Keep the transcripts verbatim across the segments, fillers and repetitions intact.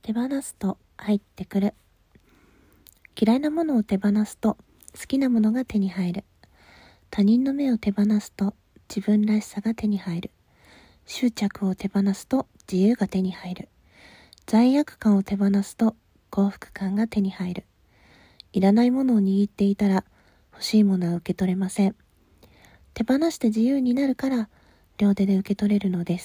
手放すと入ってくる。嫌いなものを手放すと好きなものが手に入る。他人の目を手放すと自分らしさが手に入る。執着を手放すと自由が手に入る。罪悪感を手放すと幸福感が手に入る。いらないものを握っていたら欲しいものは受け取れません。手放して自由になるから両手で受け取れるのです。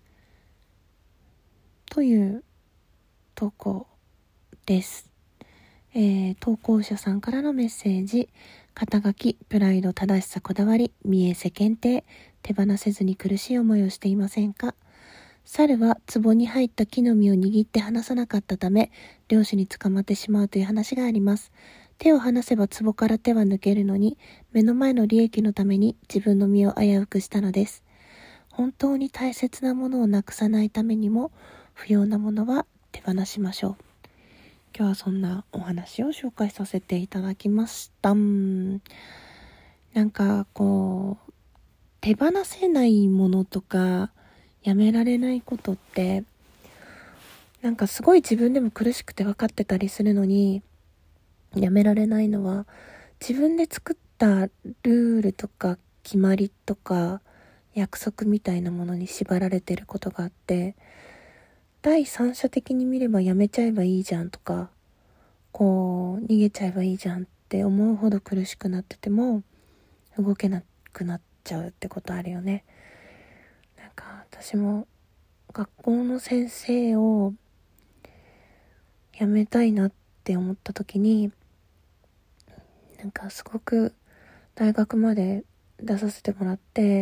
という投稿です。えー、投稿者さんからのメッセージ。肩書き、プライド、正しさ、こだわり、見栄、世間体。手放せずに苦しい思いをしていませんか？猿は壺に入った木の実を握って離さなかったため、猟師に捕まってしまうという話があります。手を離せば壺から手は抜けるのに、目の前の利益のために自分の身を危うくしたのです。本当に大切なものをなくさないためにも、不要なものは手放しましょう。今日はそんなお話を紹介させていただきました。なんかこう、手放せないものとか、やめられないことって、なんかすごい自分でも苦しくて分かってたりするのに、やめられないのは、自分で作ったルールとか決まりとか約束みたいなものに縛られてることがあって、第三者的に見ればやめちゃえばいいじゃんとか、こう逃げちゃえばいいじゃんって思うほど苦しくなってても動けなくなっちゃうってことあるよね。なんか私も学校の先生を辞めたいなって思った時に、なんかすごく大学まで出させてもらって、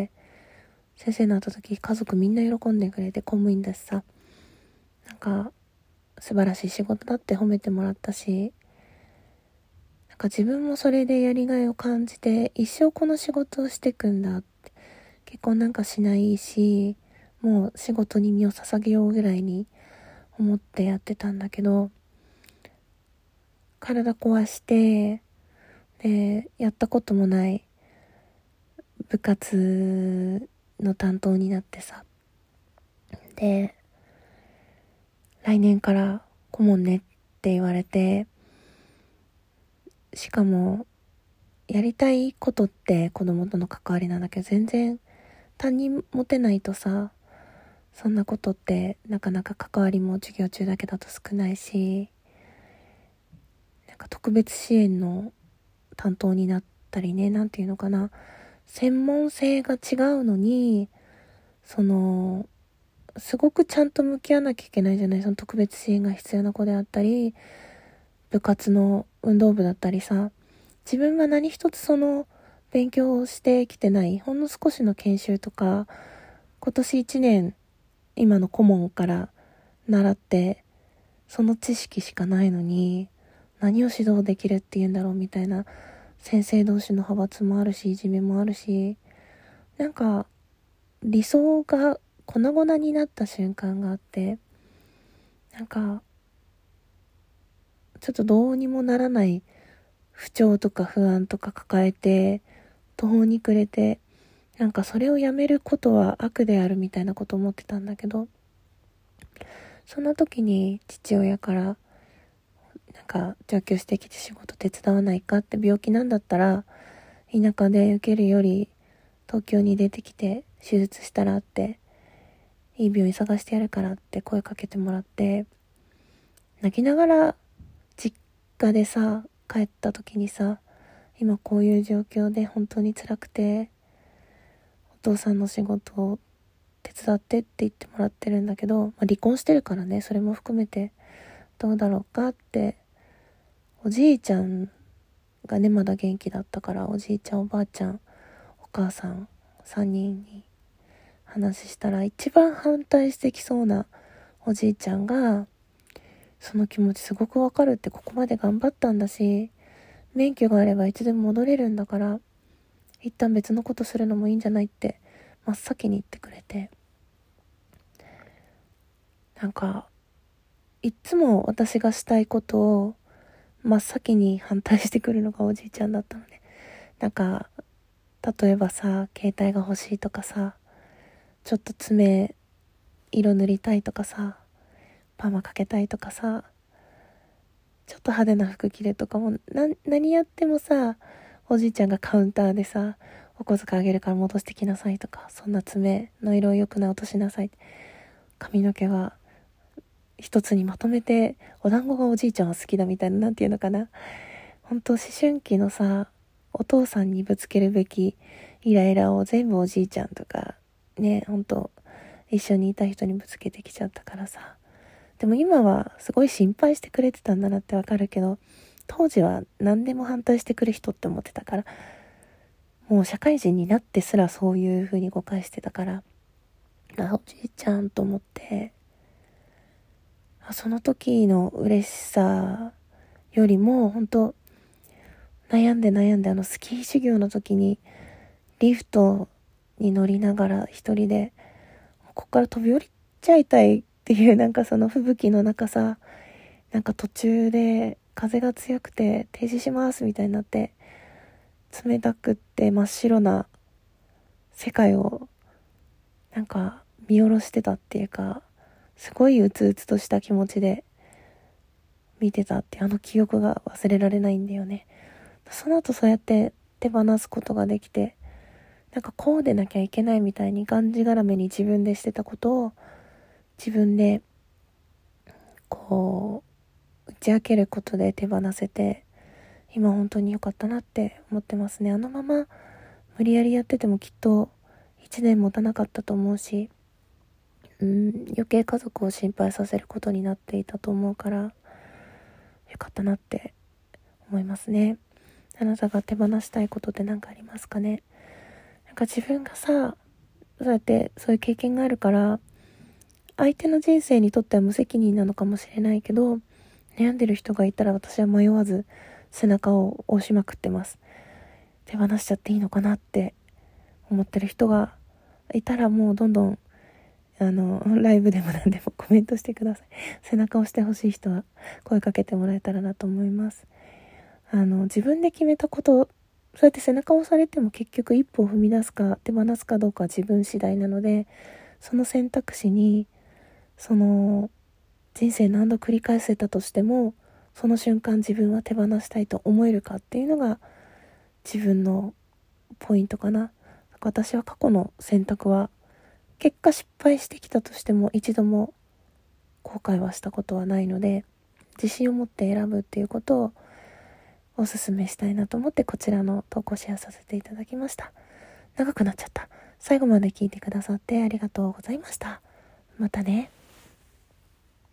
先生になった時家族みんな喜んでくれて、公務員だしさ、なんか素晴らしい仕事だって褒めてもらったし、なんか自分もそれでやりがいを感じて、一生この仕事をしていくんだって、結婚なんかしないし、もう仕事に身を捧げようぐらいに思ってやってたんだけど、体壊して、で、やったこともない部活の担当になってさ、で、来年から顧問ねって言われて、しかもやりたいことって子供との関わりなんだけど、全然担任持てないとさ、そんなことってなかなか関わりも授業中だけだと少ないし、なんか特別支援の担当になったりね、なんていうのかな、専門性が違うのに、そのすごくちゃんと向き合わなきゃいけないじゃない。その特別支援が必要な子であったり、部活の運動部だったりさ、自分が何一つその勉強をしてきてない、ほんの少しの研修とか、今年いちねん今の顧問から習ってその知識しかないのに、何を指導できるっていうんだろうみたいな、先生同士の派閥もあるし、いじめもあるし、なんか理想が粉々になった瞬間があって、なんかちょっとどうにもならない不調とか不安とか抱えて途方に暮れて、なんかそれをやめることは悪であるみたいなこと思ってたんだけど、その時に父親からなんか上京してきて仕事手伝わないかって、病気なんだったら田舎で受けるより東京に出てきて手術したらって、いい病院探してやるからって声かけてもらって、泣きながら実家でさ帰った時にさ、今こういう状況で本当に辛くてお父さんの仕事を手伝ってって言ってもらってるんだけど、まあ、離婚してるからね、それも含めてどうだろうかって、おじいちゃんがねまだ元気だったから、おじいちゃんおばあちゃんお母さんさんにんに話したら、一番反対してきそうなおじいちゃんが、その気持ちすごくわかるって、ここまで頑張ったんだし免許があればいつでも戻れるんだから、一旦別のことするのもいいんじゃないって真っ先に言ってくれて、なんかいっつも私がしたいことを真っ先に反対してくるのがおじいちゃんだったのね。なんか例えばさ、携帯が欲しいとかさ、ちょっと爪色塗りたいとかさ、 パーマかけたいとかさ、ちょっと派手な服着るとかも、な何やってもさ、おじいちゃんがカウンターでさ、お小遣いあげるから戻してきなさいとか、そんな爪の色を良くな落としなさい、髪の毛は一つにまとめて、お団子がおじいちゃんは好きだみたいな、なんていうのかな、本当思春期のさ、お父さんにぶつけるべきイライラを全部おじいちゃんとかね、本当一緒にいた人にぶつけてきちゃったからさ。でも今はすごい心配してくれてたんだなってわかるけど、当時は何でも反対してくる人って思ってたから、もう社会人になってすらそういう風に誤解してたから、あ、おじいちゃんと思って、その時の嬉しさよりも本当悩んで悩んで、あのスキー修行の時にリフトに乗りながら一人でここから飛び降りちゃいたいっていう、なんかその吹雪の中さ、なんか途中で風が強くて停止しますみたいになって、冷たくって真っ白な世界をなんか見下ろしてたっていうか、すごいうつうつとした気持ちで見てたっていう、あの記憶が忘れられないんだよね。その後そうやって手放すことができて、なんかこうでなきゃいけないみたいにがんじがらめに自分でしてたことを自分でこう打ち明けることで手放せて、今本当に良かったなって思ってますね。あのまま無理やりやっててもきっといちねん持たなかったと思うし、うん余計家族を心配させることになっていたと思うから、よかったなって思いますね。あなたが手放したいことって何かありますかね。なんか自分がさ、そうやってそういう経験があるから、相手の人生にとっては無責任なのかもしれないけど、悩んでる人がいたら私は迷わず背中を押しまくってます。手放しちゃっていいのかなって思ってる人がいたら、もうどんどんあのライブでも何でもコメントしてください。背中を押してほしい人は声かけてもらえたらなと思います。あの自分で決めたこと、そうやって背中を押されても結局一歩を踏み出すか手放すかどうかは自分次第なので、その選択肢にその人生何度繰り返せたとしても、その瞬間自分は手放したいと思えるかっていうのが自分のポイントかな。私は過去の選択は結果失敗してきたとしても一度も後悔はしたことはないので、自信を持って選ぶっていうことをおすすめしたいなと思ってこちらの投稿シェアさせていただきました。長くなっちゃった。最後まで聞いてくださってありがとうございました。またね。